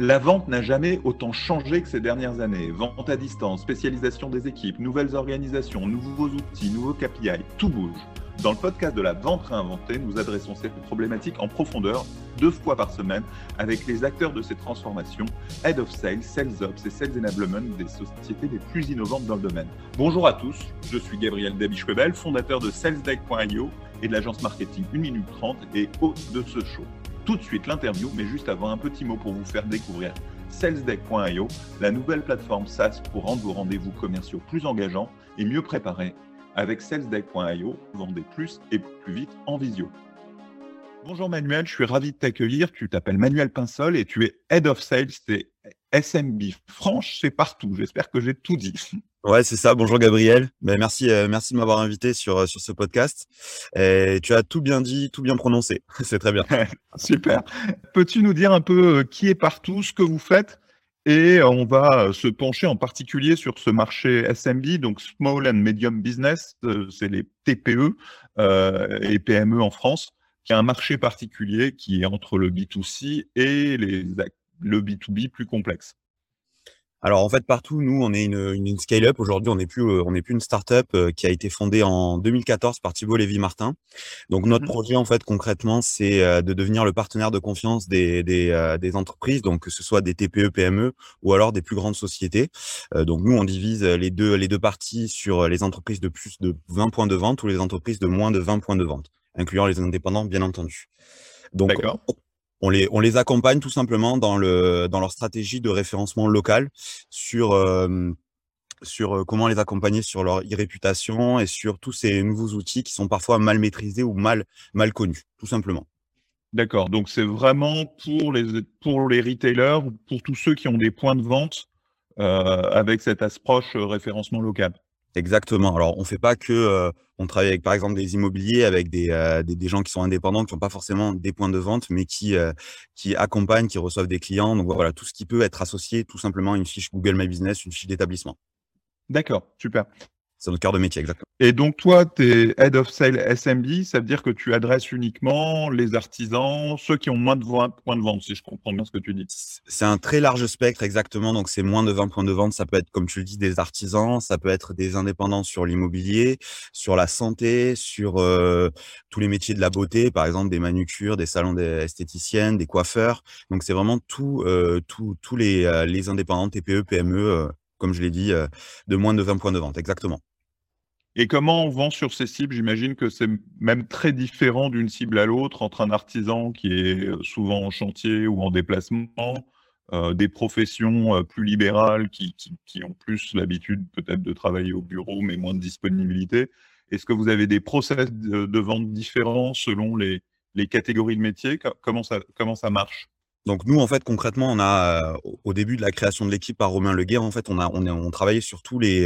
La vente n'a jamais autant changé que ces dernières années. Vente à distance, spécialisation des équipes, nouvelles organisations, nouveaux outils, nouveaux KPI, tout bouge. Dans le podcast de la vente réinventée, nous adressons cette problématique en profondeur 2 fois par semaine avec les acteurs de ces transformations, Head of Sales, Sales Ops et Sales Enablement des sociétés les plus innovantes dans le domaine. Bonjour à tous, je suis Gabriel Dabischwebel, fondateur de SalesDeck.io et de l'agence marketing 1 minute 30 et hôte de ce show. Tout de suite l'interview, mais juste avant un petit mot pour vous faire découvrir SalesDeck.io, la nouvelle plateforme SaaS pour rendre vos rendez-vous commerciaux plus engageants et mieux préparés. Avec SalesDeck.io, vendez plus et plus vite en visio. Bonjour Manuel, je suis ravi de t'accueillir. Tu t'appelles Manuel Pinsol et tu es Head of Sales, c'est SMB. France, c'est partout. J'espère que j'ai tout dit. Ouais, c'est ça. Bonjour Gabriel. Merci de m'avoir invité sur ce podcast. Et tu as tout bien dit, tout bien prononcé. C'est très bien. Super. Peux-tu nous dire un peu qui est partout, ce que vous faites? Et on va se pencher en particulier sur ce marché SMB, donc Small and Medium Business, c'est les TPE et PME en France, qui a un marché particulier qui est entre le B2C et le B2B plus complexe. Alors en fait, partout, nous, on est une scale-up. Aujourd'hui, on n'est plus une start-up qui a été fondée en 2014 par Thibault Lévy-Martin. Donc notre projet, en fait, concrètement, c'est de devenir le partenaire de confiance des entreprises, donc que ce soit des TPE, PME ou alors des plus grandes sociétés. Donc nous, on divise les deux parties sur les entreprises de plus de 20 points de vente ou les entreprises de moins de 20 points de vente, incluant les indépendants, bien entendu. Donc D'accord. on les accompagne tout simplement dans leur stratégie de référencement local sur comment les accompagner sur leur e-réputation et sur tous ces nouveaux outils qui sont parfois mal maîtrisés ou mal connus, tout simplement. D'accord. Donc, c'est vraiment pour les retailers, pour tous ceux qui ont des points de vente avec cette approche référencement local. Exactement. Alors, on fait pas que, on travaille avec, par exemple, des immobiliers, avec des gens qui sont indépendants, qui n'ont pas forcément des points de vente, mais qui accompagnent, qui reçoivent des clients. Donc voilà, tout ce qui peut être associé tout simplement à une fiche Google My Business, une fiche d'établissement. D'accord, super. C'est notre cœur de métier, exactement. Et donc, toi, tu es Head of Sales SMB, ça veut dire que tu adresses uniquement les artisans, ceux qui ont moins de 20 points de vente, si je comprends bien ce que tu dis. C'est un très large spectre, exactement. Donc, c'est moins de 20 points de vente. Ça peut être, comme tu le dis, des artisans, ça peut être des indépendants sur l'immobilier, sur la santé, sur tous les métiers de la beauté, par exemple des manucures, des salons esthéticiennes, des coiffeurs. Donc, c'est vraiment tous les indépendants TPE, PME, comme je l'ai dit, de moins de 20 points de vente, exactement. Et comment on vend sur ces cibles? J'imagine que c'est même très différent d'une cible à l'autre, entre un artisan qui est souvent en chantier ou en déplacement, des professions plus libérales qui ont plus l'habitude peut-être de travailler au bureau, mais moins de disponibilité. Est-ce que vous avez des process de vente différents selon les catégories de métiers? Comment ça marche? Donc nous, en fait, concrètement, on a au début de la création de l'équipe par Romain Leguer, en fait, on travaillait sur tous les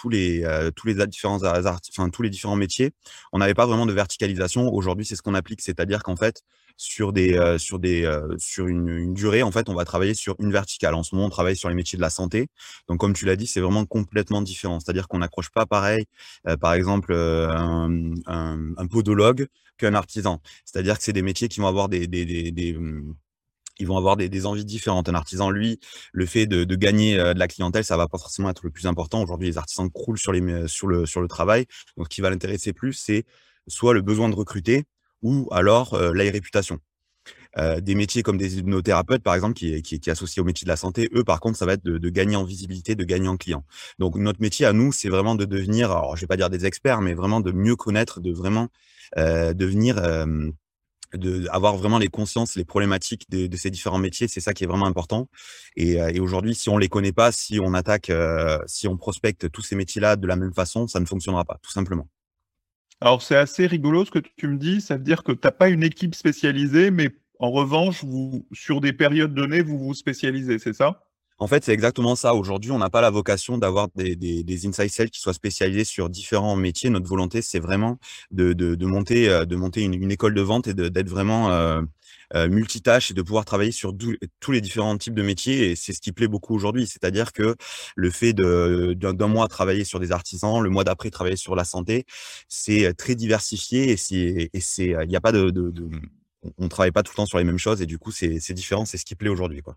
différents métiers. On n'avait pas vraiment de verticalisation. Aujourd'hui, c'est ce qu'on applique, c'est-à-dire qu'en fait, sur une durée, en fait, on va travailler sur une verticale. En ce moment, on travaille sur les métiers de la santé. Donc, comme tu l'as dit, c'est vraiment complètement différent. C'est-à-dire qu'on n'accroche pas pareil, par exemple, un podologue qu'un artisan. C'est-à-dire que c'est des métiers qui vont avoir ils vont avoir des envies différentes. Un artisan, lui, le fait de gagner de la clientèle, ça va pas forcément être le plus important. Aujourd'hui, les artisans croulent sur le travail. Donc, ce qui va l'intéresser plus, c'est soit le besoin de recruter ou alors la réputation. Des métiers comme des hypnothérapeutes, par exemple, qui est associé au métier de la santé, eux, par contre, ça va être de gagner en visibilité, de gagner en clients. Donc, notre métier à nous, c'est vraiment de devenir, alors je vais pas dire des experts, mais vraiment de mieux connaître, de vraiment devenir avoir vraiment les consciences, les problématiques de ces différents métiers, c'est ça qui est vraiment important. Et aujourd'hui, si on les connaît pas, si on attaque, si on prospecte tous ces métiers-là de la même façon, ça ne fonctionnera pas, tout simplement. Alors, c'est assez rigolo ce que tu me dis. Ça veut dire que tu n'as pas une équipe spécialisée, mais en revanche, sur des périodes données, vous vous spécialisez, c'est ça? En fait, c'est exactement ça. Aujourd'hui, on n'a pas la vocation d'avoir des inside sales qui soient spécialisés sur différents métiers. Notre volonté, c'est vraiment de monter une école de vente et d'être vraiment multitâche et de pouvoir travailler sur tous les différents types de métiers. Et c'est ce qui plaît beaucoup aujourd'hui. C'est-à-dire que le fait d'un mois travailler sur des artisans, le mois d'après travailler sur la santé, c'est très diversifié il n'y a pas on travaille pas tout le temps sur les mêmes choses et du coup, c'est différent. C'est ce qui plaît aujourd'hui, quoi.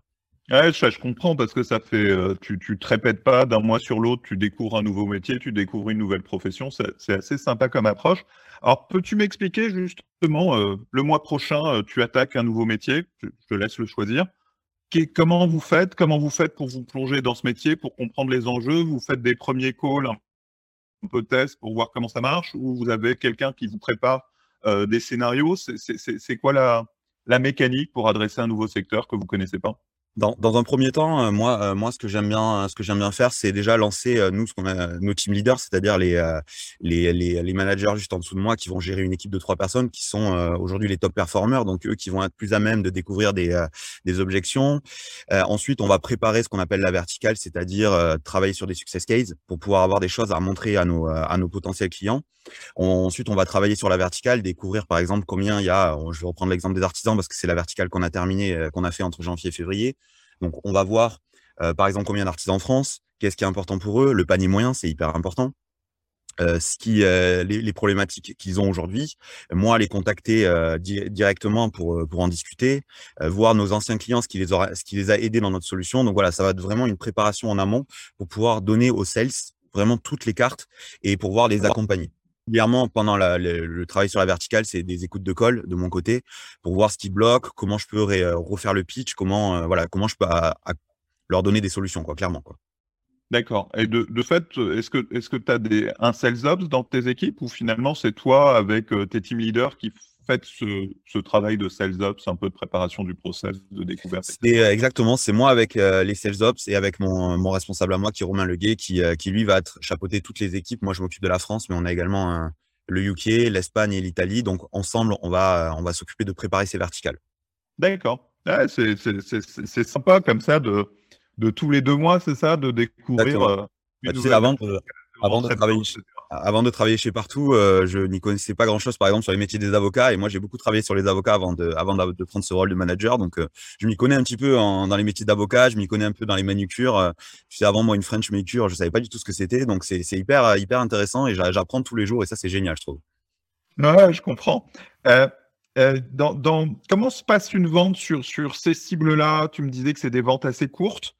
Ouais, je comprends parce que ça fait, tu te répètes pas d'un mois sur l'autre, tu découvres un nouveau métier, tu découvres une nouvelle profession. C'est assez sympa comme approche. Alors, peux-tu m'expliquer justement, le mois prochain, tu attaques un nouveau métier, je te laisse le choisir. Comment vous faites pour vous plonger dans ce métier, pour comprendre les enjeux? Vous faites des premiers calls, un peu test pour voir comment ça marche, ou vous avez quelqu'un qui vous prépare des scénarios? C'est quoi la mécanique pour adresser un nouveau secteur que vous connaissez pas? Dans un premier temps, moi, ce que j'aime bien faire, c'est déjà lancer, nous, ce qu'on a nos team leaders, c'est-à-dire les managers juste en dessous de moi qui vont gérer une équipe de 3 personnes qui sont, aujourd'hui les top performers, donc eux qui vont être plus à même de découvrir des objections. Ensuite, on va préparer ce qu'on appelle la verticale, c'est-à-dire, travailler sur des success cases pour pouvoir avoir des choses à montrer à nos potentiels clients. Ensuite, on va travailler sur la verticale, découvrir par exemple combien il y a, je vais reprendre l'exemple des artisans parce que c'est la verticale qu'on a terminée, qu'on a fait entre janvier et février. Donc, on va voir, par exemple, combien d'artisans en France, qu'est-ce qui est important pour eux, le panier moyen, c'est hyper important. Les problématiques qu'ils ont aujourd'hui, moi les contacter directement pour en discuter, voir nos anciens clients, ce qui les a aidés dans notre solution. Donc voilà, ça va être vraiment une préparation en amont pour pouvoir donner aux sales vraiment toutes les cartes et pour pouvoir les accompagner. Clairement, pendant le travail sur la verticale, c'est des écoutes de call de mon côté pour voir ce qui bloque, comment je peux refaire le pitch, comment je peux leur donner des solutions, quoi, clairement, quoi. D'accord, et de fait, est-ce que tu as un sales ops dans tes équipes, ou finalement c'est toi avec, tes team leaders qui faites ce travail de sales ops, un peu de préparation du process, de découverte et C'est cetera? exactement, c'est moi avec les sales ops et avec mon responsable à moi qui est Romain Leguet qui lui va chapeauter toutes les équipes. Moi, je m'occupe de la France, mais on a également le UK, l'Espagne et l'Italie. Donc ensemble, on va s'occuper de préparer ces verticales. D'accord. Ouais, c'est sympa comme ça de tous les 2 mois, c'est ça? De découvrir, Exactement. une Bah, tu sais, nouvelle verticale, de avant de rentrer travailler dedans, et cetera. avant de travailler chez Partout, je n'y connaissais pas grand-chose, par exemple, sur les métiers des avocats. Et moi, j'ai beaucoup travaillé sur les avocats avant de prendre ce rôle de manager. Donc, je m'y connais un petit peu dans les métiers d'avocat. Je m'y connais un peu dans les manucures. Tu sais, avant, moi, une French manicure, je savais pas du tout ce que c'était. Donc, c'est hyper, hyper intéressant et j'apprends tous les jours et ça, c'est génial, je trouve. Ouais, je comprends. Heu comment se passe une vente sur ces cibles-là? Tu me disais que c'est des ventes assez courtes,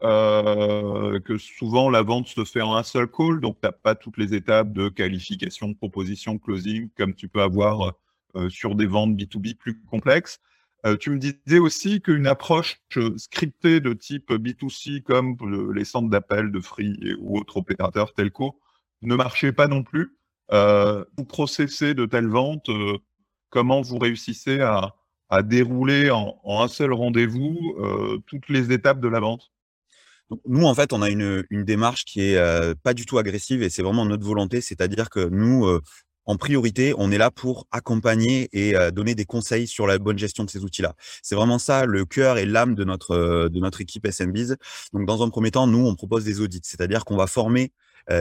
que souvent la vente se fait en un seul call, donc tu as pas toutes les étapes de qualification, proposition, closing, comme tu peux avoir, sur des ventes B2B plus complexes. Tu me disais aussi qu'une approche, scriptée de type B2C comme les centres d'appel de Free ou autres opérateurs telco ne marchait pas non plus. Vous processez de telles ventes, comment vous réussissez à dérouler en un seul rendez-vous, toutes les étapes de la vente? Donc, nous, en fait, on a une démarche qui est pas du tout agressive et c'est vraiment notre volonté. C'est-à-dire que nous, en priorité, on est là pour accompagner et donner des conseils sur la bonne gestion de ces outils-là. C'est vraiment ça le cœur et l'âme de notre équipe SMBiz. Donc, dans un premier temps, nous, on propose des audits, c'est-à-dire qu'on va former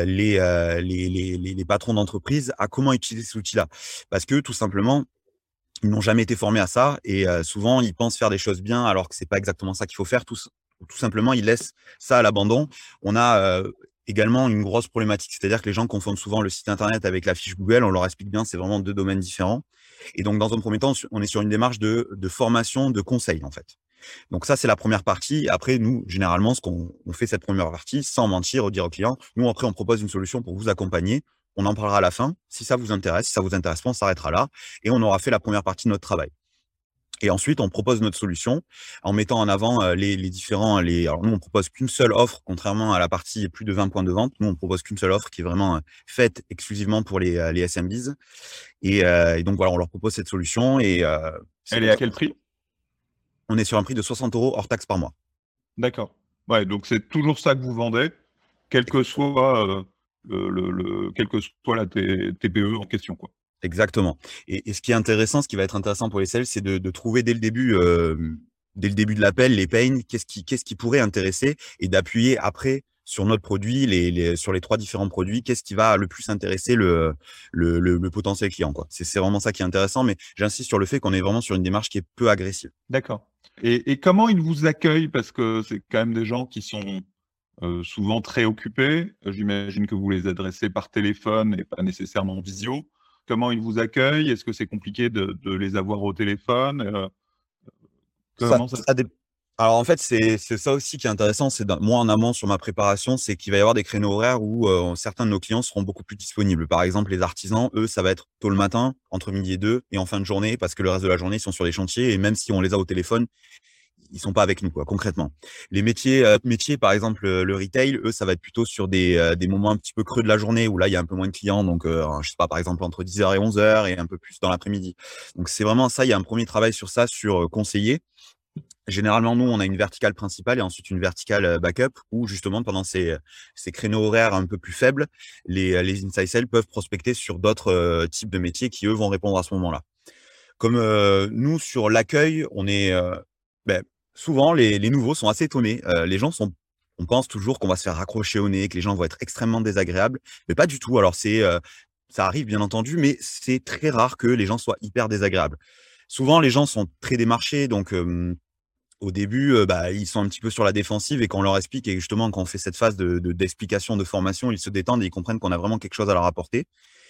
les patrons d'entreprise à comment utiliser ces outils-là. Parce que tout simplement, ils n'ont jamais été formés à ça et souvent, ils pensent faire des choses bien alors que c'est pas exactement ça qu'il faut faire. Tout simplement, ils laissent ça à l'abandon. On a également une grosse problématique, c'est-à-dire que les gens confondent souvent le site internet avec la fiche Google. On leur explique bien, c'est vraiment 2 domaines différents. Et donc, dans un premier temps, on est sur une démarche de formation, de conseil, en fait. Donc ça, c'est la première partie. Après, nous, généralement, on fait cette première partie sans mentir, dire au client. Nous, après, on propose une solution pour vous accompagner. On en parlera à la fin. Si ça vous intéresse, si ça vous intéresse pas, on s'arrêtera là et on aura fait la première partie de notre travail. Et ensuite, on propose notre solution en mettant en avant alors nous, on propose qu'une seule offre, contrairement à la partie plus de 20 points de vente. Nous, on propose qu'une seule offre qui est vraiment faite exclusivement pour les SMBs. Et donc voilà, on leur propose cette solution et c'est Elle est comme à ça. quel prix? On est sur un prix de 60 € hors taxe par mois. D'accord. Ouais, donc c'est toujours ça que vous vendez, quel que soit, quelle que soit la TPE en question, quoi. Exactement. Et ce qui est intéressant, ce qui va être intéressant pour les sales, c'est de trouver dès le début de l'appel, les pains, qu'est-ce qui pourrait intéresser et d'appuyer après sur notre produit, sur les 3 différents produits, qu'est-ce qui va le plus intéresser le potentiel client, quoi. C'est vraiment ça qui est intéressant, mais j'insiste sur le fait qu'on est vraiment sur une démarche qui est peu agressive. D'accord, et comment ils vous accueillent? Parce que c'est quand même des gens qui sont, souvent très occupés. J'imagine que vous les adressez par téléphone et pas nécessairement en visio. Comment ils vous accueillent? Est-ce que c'est compliqué de les avoir au téléphone? Ça Comment ça se ça dé passe? Alors en fait, c'est ça aussi qui est intéressant. Moi en amont sur ma préparation, c'est qu'il va y avoir des créneaux horaires où certains de nos clients seront beaucoup plus disponibles. Par exemple, les artisans, eux, ça va être tôt le matin, entre midi et 2, et en fin de journée, parce que le reste de la journée, ils sont sur les chantiers, et même si on les a au téléphone, ils sont pas avec nous, quoi, concrètement. Les métiers, par exemple, le retail, eux, ça va être plutôt sur des moments un petit peu creux de la journée où là, il y a un peu moins de clients. Donc, je sais pas, par exemple, entre 10h et 11h et un peu plus dans l'après-midi. Donc, c'est vraiment ça. Il y a un premier travail sur ça, sur conseiller. Généralement, nous, on a une verticale principale et ensuite une verticale backup où justement, pendant ces créneaux horaires un peu plus faibles, les inside sales peuvent prospecter sur d'autres types de métiers qui, eux, vont répondre à ce moment-là. Comme nous, sur l'accueil, on est ben, souvent, les nouveaux sont assez étonnés. On pense toujours qu'on va se faire raccrocher au nez, que les gens vont être extrêmement désagréables, mais pas du tout. Alors, ça arrive, bien entendu, mais c'est très rare que les gens soient hyper désagréables. Souvent, les gens sont très démarchés, donc au début, ils sont un petit peu sur la défensive et quand on leur explique et justement quand on fait cette phase d'explication, de formation, ils se détendent et ils comprennent qu'on a vraiment quelque chose à leur apporter.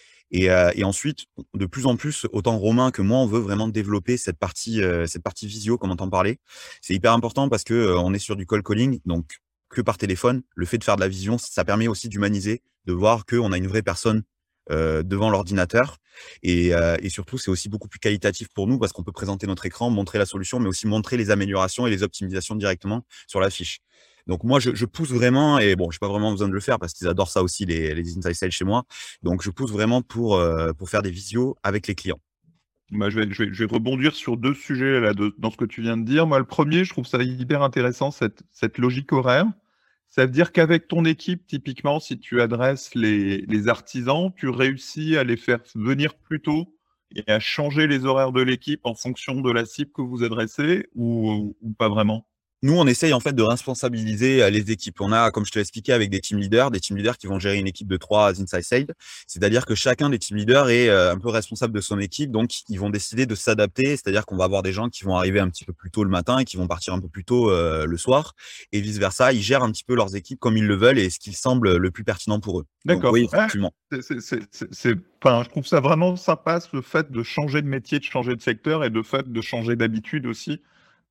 Et ensuite, de plus en plus, autant Romain que moi, on veut vraiment développer cette partie visio, comme on entend parler. C'est hyper important parce que on est sur du cold calling, donc que par téléphone. Le fait de faire de la vision, ça permet aussi d'humaniser, de voir qu'on a une vraie personne devant l'ordinateur. Et surtout, c'est aussi beaucoup plus qualitatif pour nous parce qu'on peut présenter notre écran, montrer la solution, mais aussi montrer les améliorations et les optimisations directement sur la fiche. Donc moi, je pousse vraiment, et bon, j'ai pas vraiment besoin de le faire parce qu'ils adorent ça aussi, les inside sales chez moi. Donc je pousse vraiment pour faire des visios avec les clients. Moi, je vais rebondir sur 2 sujets là, dans ce que tu viens de dire. Moi, le premier, je trouve ça hyper intéressant, cette logique horaire. Ça veut dire qu'avec ton équipe, typiquement, si tu adresses les artisans, tu réussis à les faire venir plus tôt et à changer les horaires de l'équipe en fonction de la cible que vous adressez ou pas vraiment? Nous, on essaye en fait de responsabiliser les équipes. On a, comme je te l'ai expliqué, avec des team leaders qui vont gérer une équipe de 3 inside sales. C'est-à-dire que chacun des team leaders est un peu responsable de son équipe, donc ils vont décider de s'adapter. C'est-à-dire qu'on va avoir des gens qui vont arriver un petit peu plus tôt le matin et qui vont partir un peu plus tôt le soir, et vice versa. Ils gèrent un petit peu leurs équipes comme ils le veulent et ce qui semble le plus pertinent pour eux. Donc D'accord. oui, Ouais, effectivement. enfin, je trouve ça vraiment sympa, le fait de changer de métier, de changer de secteur et de fait de changer d'habitude aussi.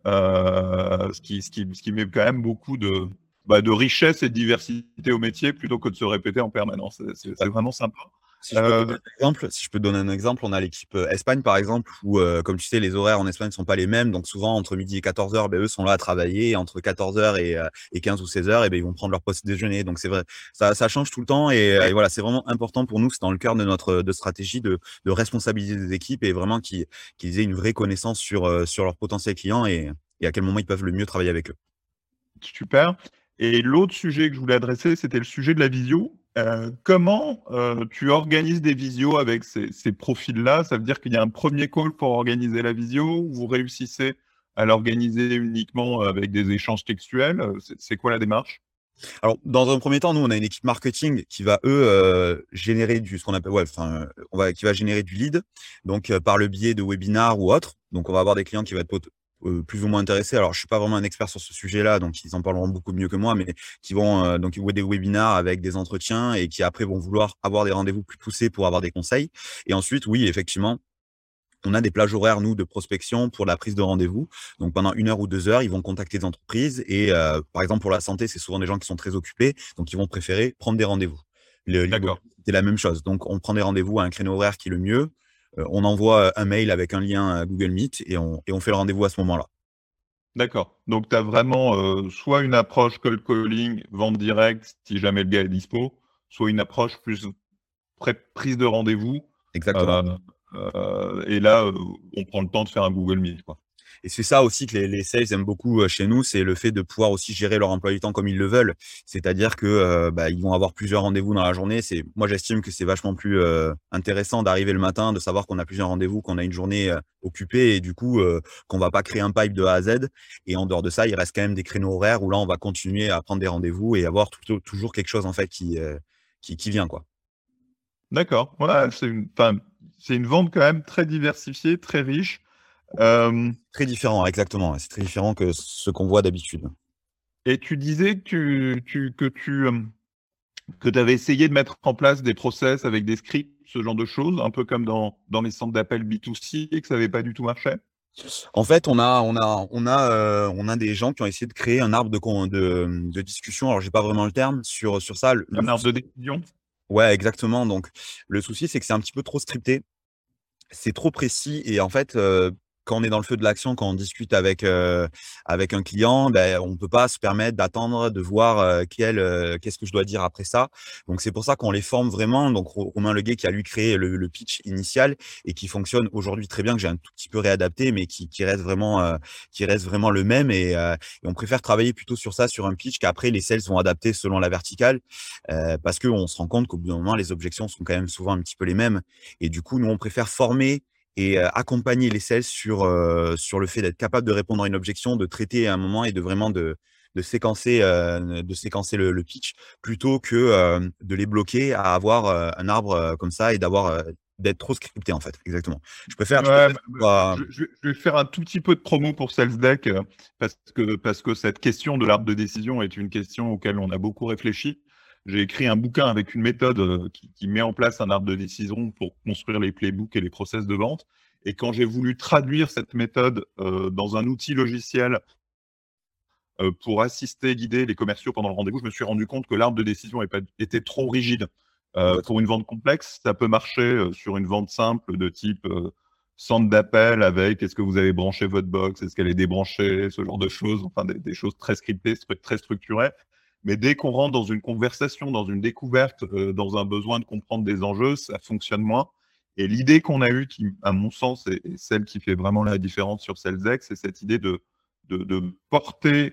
Ce qui met quand même beaucoup de richesse et de diversité au métier plutôt que de se répéter en permanence. C'est vraiment sympa. Heu, Si je peux te donner un exemple, on a l'équipe Espagne, par exemple, où, comme tu sais, les horaires en Espagne ne sont pas les mêmes. Donc, souvent, entre midi et 14h, eux sont là à travailler. Et entre 14h et 15 ou 16h, ils vont prendre leur poste déjeuner. Donc, c'est vrai, ça change tout le temps. Et voilà, c'est vraiment important pour nous. C'est dans le cœur de notre stratégie de responsabiliser les équipes et vraiment qu'ils aient une vraie connaissance sur leurs potentiels clients et à quel moment ils peuvent le mieux travailler avec eux. Super. Et l'autre sujet que je voulais adresser, c'était le sujet de la visio. Comment, tu organises des visios avec ces profils-là? Ça veut dire qu'il y a un premier call pour organiser la visio ou vous réussissez à l'organiser uniquement avec des échanges textuels? C'est quoi la démarche? Alors, dans un premier temps, nous, on a une équipe marketing qui va, eux, générer ce qu'on appelle, qui va générer du lead, donc par le biais de webinars ou autres. Donc, on va avoir des clients qui vont être plus ou moins intéressés. Alors, je suis pas vraiment un expert sur ce sujet-là, donc ils en parleront beaucoup mieux que moi, mais qui vont donc des webinars avec des entretiens et qui après vont vouloir avoir des rendez-vous plus poussés pour avoir des conseils. Et ensuite, oui, effectivement, on a des plages horaires, nous, de prospection pour la prise de rendez-vous. Donc, pendant 1 heure ou 2 heures, ils vont contacter des entreprises. Et par exemple, pour la santé, c'est souvent des gens qui sont très occupés. Donc, ils vont préférer prendre des rendez-vous. Le libre, D'accord. c'est la même chose. Donc, on prend des rendez-vous à un créneau horaire qui est le mieux. On envoie un mail avec un lien Google Meet et on fait le rendez-vous à ce moment-là. D'accord. Donc tu as vraiment, soit une approche cold calling, vente directe, si jamais le gars est dispo, soit une approche plus prise de rendez-vous, Exactement. heu et là, on prend le temps de faire un Google Meet, quoi. Et c'est ça aussi que les sales aiment beaucoup chez nous, c'est le fait de pouvoir aussi gérer leur emploi du temps comme ils le veulent. C'est-à-dire que ils vont avoir plusieurs rendez-vous dans la journée. Moi, j'estime que c'est vachement plus intéressant d'arriver le matin, de savoir qu'on a plusieurs rendez-vous, qu'on a une journée occupée et du coup qu'on va pas créer un pipe de A à Z. Et en dehors de ça, il reste quand même des créneaux horaires où là, on va continuer à prendre des rendez-vous et avoir toujours quelque chose en fait qui vient quoi. D'accord, voilà, c'est une vente quand même très diversifiée, très riche. Hem Très différent, exactement. Ouais, c'est très différent que ce qu'on voit d'habitude. et tu disais que tu avais essayé de mettre en place des process avec des scripts, ce genre de choses, un peu comme dans les centres d'appel B2C et que ça n'avait pas du tout marché? En fait, on a des gens qui ont essayé de créer un arbre de discussion. Alors, j'ai pas vraiment le terme sur ça. Un arbre de décision? Ouais, exactement. Donc, le souci, c'est que c'est un petit peu trop scripté. C'est trop précis et en fait, quand on est dans le feu de l'action, quand on discute avec un client, ben, on peut pas se permettre d'attendre, de voir, qu'est-ce que je dois dire après ça. Donc c'est pour ça qu'on les forme vraiment. Donc Romain Leguet qui a lui créé le pitch initial et qui fonctionne aujourd'hui très bien, que j'ai un tout petit peu réadapté, mais qui reste vraiment le même et on préfère travailler plutôt sur ça, sur un pitch qu'après les sales vont adapter selon la verticale, parce qu'on se rend compte qu'au bout d'un moment, les objections sont quand même souvent un petit peu les mêmes et du coup, nous, on préfère former et accompagner les sales sur le fait d'être capable de répondre à une objection, de traiter à un moment et de vraiment de séquencer, le pitch plutôt que, de les bloquer à avoir, un arbre, comme ça et d'être trop scripté, en fait. Exactement. Je Ouais, préfère que ce soit je vais faire un tout petit peu de promo pour SalesDeck parce que cette question de l'arbre de décision est une question auquel on a beaucoup réfléchi. J'ai écrit un bouquin avec une méthode qui met en place un arbre de décision pour construire les playbooks et les process de vente. Et quand j'ai voulu traduire cette méthode dans un outil logiciel pour assister, guider les commerciaux pendant le rendez-vous, je me suis rendu compte que l'arbre de décision était trop rigide. Pour une vente complexe, ça peut marcher sur une vente simple de type centre d'appel avec est-ce que vous avez branché votre box, est-ce qu'elle est débranchée, ce genre de choses, enfin des choses très scriptées, très structurées. Mais dès qu'on rentre dans une conversation, dans une découverte, dans un besoin de comprendre des enjeux, ça fonctionne moins. Et l'idée qu'on a eue, qui, à mon sens, est celle qui fait vraiment la différence sur SalesX, c'est cette idée de porter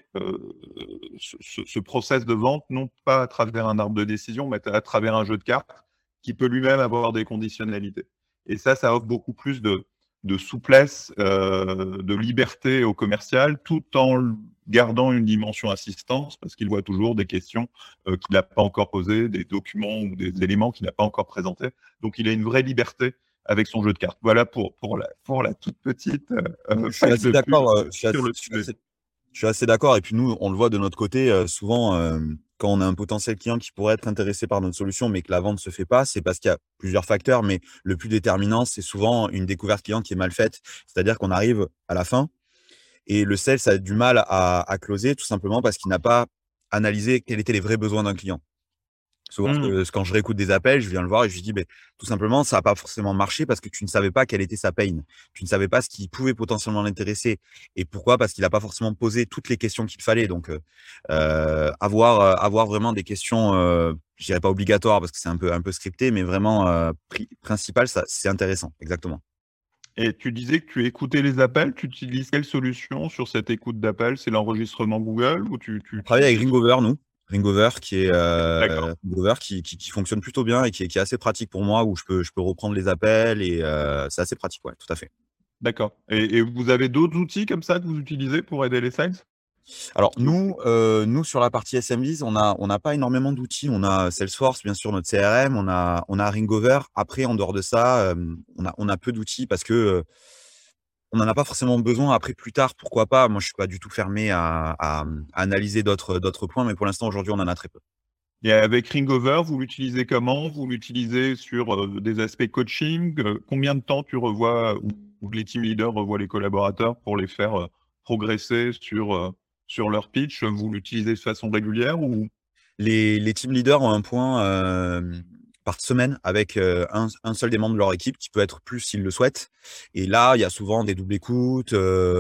ce process de vente, non pas à travers un arbre de décision, mais à travers un jeu de cartes qui peut lui-même avoir des conditionnalités. Et ça offre beaucoup plus de souplesse, de liberté au commercial, tout en gardant une dimension assistance, parce qu'il voit toujours des questions qu'il n'a pas encore posées, des documents ou des éléments qu'il n'a pas encore présentés. Donc, il a une vraie liberté avec son jeu de cartes. Voilà pour la toute petite je suis page assez de pub d'accord, sur le sujet. je suis assez d'accord et puis nous, on le voit de notre côté, souvent, quand on a un potentiel client qui pourrait être intéressé par notre solution, mais que la vente se fait pas, c'est parce qu'il y a plusieurs facteurs, mais le plus déterminant, c'est souvent une découverte client qui est mal faite. C'est-à-dire qu'on arrive à la fin et le sales a du mal à closer tout simplement parce qu'il n'a pas analysé quels étaient les vrais besoins d'un client. Souvent, Mmh. quand je réécoute des appels, je viens le voir et je lui dis: «Beh, tout simplement, ça a pas forcément marché parce que tu ne savais pas quelle était sa pain. Tu ne savais pas ce qui pouvait potentiellement l'intéresser» et pourquoi? Parce qu'il a pas forcément posé toutes les questions qu'il fallait donc avoir vraiment des questions, je dirais pas obligatoires parce que c'est un peu scripté, mais vraiment, principales, ça, c'est intéressant. Exactement. Et tu disais que tu écoutais les appels, tu utilises quelle solution sur cette écoute d'appel? C'est l'enregistrement Google ou tu On travaille avec utilises? Ringover, nous. Ringover D'accord, qui fonctionne plutôt bien et qui est assez pratique pour moi, où je peux reprendre les appels et c'est assez pratique, ouais, tout à fait. d'accord. Et vous avez d'autres outils comme ça que vous utilisez pour aider les sales? Alors nous sur la partie SMBs, on n'a pas énormément d'outils. On a Salesforce, bien sûr, notre CRM, on a Ringover. Après, en dehors de ça, on a peu d'outils parce que, on n'en a pas forcément besoin. Après, plus tard, pourquoi pas? Moi, je suis pas du tout fermé à analyser d'autres points, mais pour l'instant, aujourd'hui, on en a très peu. Et avec Ringover, vous l'utilisez comment? Vous l'utilisez sur des aspects coaching? Combien de temps tu revois ou les team leaders revoient les collaborateurs pour les faire progresser sur leur pitch? Vous l'utilisez de façon régulière ou? Les team leaders ont un point, par semaine avec, un seul des membres de leur équipe qui peut être plus s'ils le souhaitent et là, il y a souvent des doubles écoutes,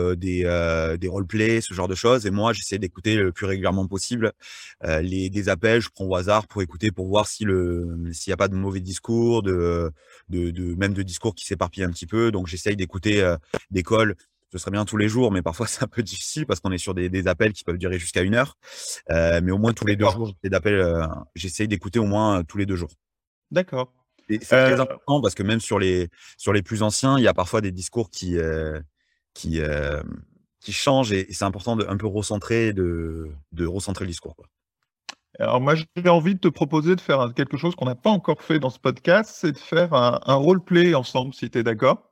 des roleplays, ce genre de choses et moi, j'essaie d'écouter le plus régulièrement possible, les des appels, je prends au hasard pour écouter, pour voir s'il y a pas de mauvais discours, même de discours qui s'éparpillent un petit peu donc j'essaye d'écouter, des calls. Ce serait bien tous les jours mais parfois c'est un peu difficile parce qu'on est sur des appels qui peuvent durer jusqu'à 1 heure. Mais au moins tous les 2 D'accord, jours, j'essaye d'écouter au moins, tous les 2 jours d'accord. et c'est Euh, très important parce que même sur les plus anciens, il y a parfois des discours qui, qui changent et c'est important de un peu recentrer, de recentrer le discours, quoi. alors moi, j'ai envie de te proposer de faire quelque chose qu'on n'a pas encore fait dans ce podcast, c'est de faire un roleplay ensemble, si tu es d'accord?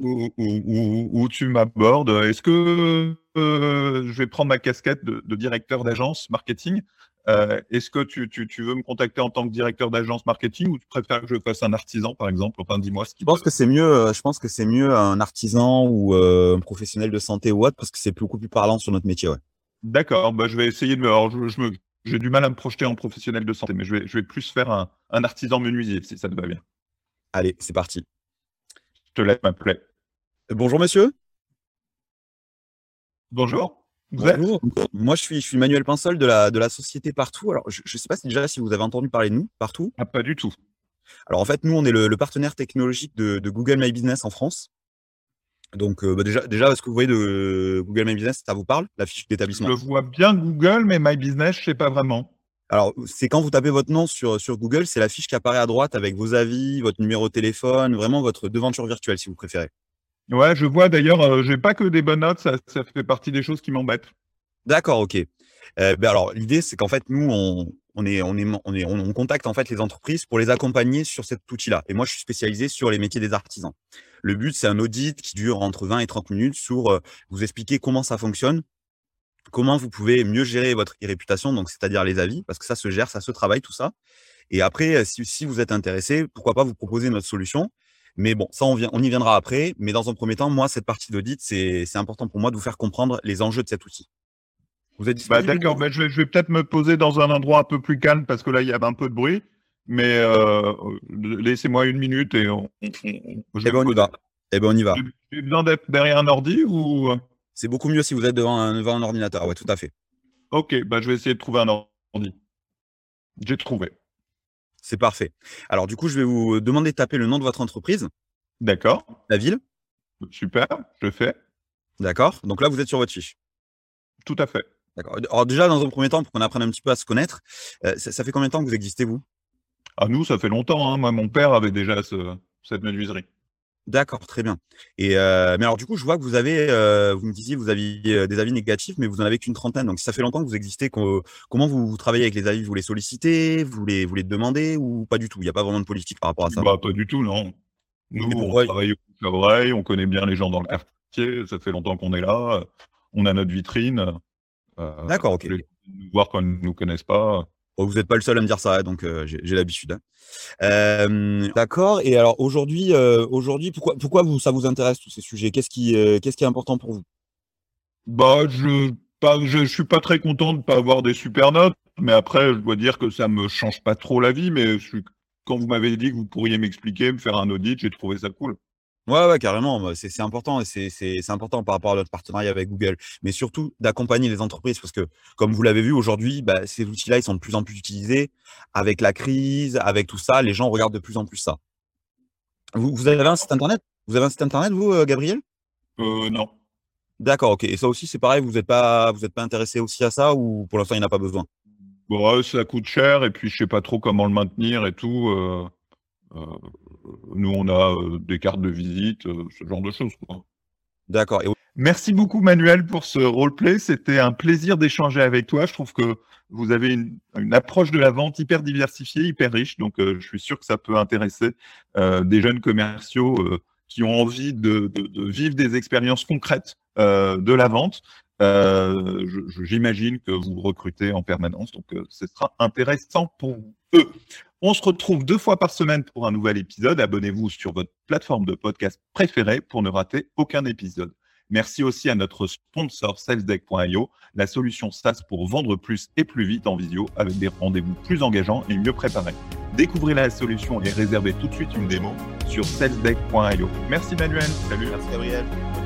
Où tu m'abordes. Est-ce que je vais prendre ma casquette de directeur d'agence marketing Est-ce que tu veux me contacter en tant que directeur d'agence marketing ou tu préfères que je fasse un artisan, par exemple? Enfin, dis-moi ce qui Je pense que c'est mieux un artisan ou un professionnel de santé ou autre parce que c'est beaucoup plus parlant sur notre métier. Ouais. D'accord, je vais essayer de me. Alors, j'ai du mal à me projeter en professionnel de santé, mais je vais plus faire un artisan menuisier, si ça te va bien. Allez, c'est parti. Je te laisse m'appeler. Bonjour monsieur. Bonjour. Bonjour. Moi, je suis Manuel Pinsol de la société Partout. Alors, je ne sais pas si vous avez entendu parler de nous, Partout. Ah, pas du tout. Alors, en fait, nous, on est le partenaire technologique de Google My Business en France. Donc, déjà, est-ce que vous voyez de Google My Business, ça vous parle, la fiche d'établissement? Je vois bien Google, mais My Business, je ne sais pas vraiment. Alors, c'est quand vous tapez votre nom sur Google, c'est la fiche qui apparaît à droite avec vos avis, votre numéro de téléphone, vraiment votre devanture virtuelle, si vous préférez. Ouais, je vois d'ailleurs, j'ai pas que des bonnes notes, ça fait partie des choses qui m'embêtent. D'accord, ok. Alors, l'idée, c'est qu'en fait, nous, on contacte en fait les entreprises pour les accompagner sur cet outil-là. Et moi, je suis spécialisé sur les métiers des artisans. Le but, c'est un audit qui dure entre 20 et 30 minutes sur vous expliquer comment ça fonctionne, comment vous pouvez mieux gérer votre réputation, donc c'est-à-dire les avis, parce que ça se gère, ça se travaille, tout ça. Et après, si vous êtes intéressé, pourquoi pas vous proposer notre solution. Mais bon, ça, on y viendra après. Mais dans un premier temps, moi, cette partie d'audit, c'est important pour moi de vous faire comprendre les enjeux de cet outil. Vous êtes disponible? D'accord, je vais peut-être me poser dans un endroit un peu plus calme parce que là, il y a un peu de bruit. Mais laissez-moi 1 minute et on y va. On y va. J'ai besoin d'être derrière un ordi ou... C'est beaucoup mieux si vous êtes devant un ordinateur. Ouais, tout à fait. Ok, je vais essayer de trouver un ordi. J'ai trouvé. C'est parfait. Alors, du coup, je vais vous demander de taper le nom de votre entreprise. D'accord. La ville. Super, je fais. D'accord. Donc là, vous êtes sur votre fiche. Tout à fait. D'accord. Alors déjà, dans un premier temps, pour qu'on apprenne un petit peu à se connaître, ça fait combien de temps que vous existez, vous? Ah, nous, ça fait longtemps. Hein. Moi, mon père avait déjà cette menuiserie. D'accord, très bien. Et mais alors du coup, je vois que vous me disiez, vous aviez des avis négatifs, mais vous n'en avez qu'une trentaine. Donc, si ça fait longtemps que vous existez, comment vous travaillez avec les avis? Vous les sollicitez, vous les demandez ou pas du tout? Il n'y a pas vraiment de politique par rapport à ça? Pas du tout, non. Nous, on travaille au bouche à oreille, on connaît bien les gens dans le quartier, ça fait longtemps qu'on est là, on a notre vitrine. D'accord, ok. Les nous voir quand ils ne nous connaissent pas. Oh, vous n'êtes pas le seul à me dire ça, donc j'ai l'habitude. D'accord. Et alors aujourd'hui, pourquoi ça vous intéresse tous ces sujets? Qu'est-ce qui est important pour vous? Je suis pas très content de pas avoir des super notes, mais après, je dois dire que ça me change pas trop la vie. Mais quand vous m'avez dit que vous pourriez m'expliquer, me faire un audit, j'ai trouvé ça cool. Ouais, carrément. C'est important et c'est important par rapport à notre partenariat avec Google, mais surtout d'accompagner les entreprises parce que, comme vous l'avez vu aujourd'hui, ces outils-là, ils sont de plus en plus utilisés. Avec la crise, avec tout ça, les gens regardent de plus en plus ça. Vous avez un site internet? Vous avez un site internet, vous, Gabriel? Non. D'accord, ok. Et ça aussi, c'est pareil, vous êtes pas intéressé aussi à ça ou pour l'instant, il n'y en a pas besoin? Ça coûte cher et puis je sais pas trop comment le maintenir et tout. Nous, on a des cartes de visite, ce genre de choses, quoi. D'accord. Merci beaucoup, Manuel, pour ce roleplay. C'était un plaisir d'échanger avec toi. Je trouve que vous avez une approche de la vente hyper diversifiée, hyper riche. Donc, je suis sûr que ça peut intéresser des jeunes commerciaux qui ont envie de vivre des expériences concrètes de la vente. J'imagine que vous recrutez en permanence, donc ce sera intéressant pour eux. On se retrouve 2 fois par semaine pour un nouvel épisode. Abonnez-vous sur votre plateforme de podcast préférée pour ne rater aucun épisode. Merci aussi à notre sponsor salesdeck.io, la solution SaaS pour vendre plus et plus vite en visio avec des rendez-vous plus engageants et mieux préparés. Découvrez la solution et réservez tout de suite une démo sur salesdeck.io. Merci Manuel. Salut. Merci Gabriel.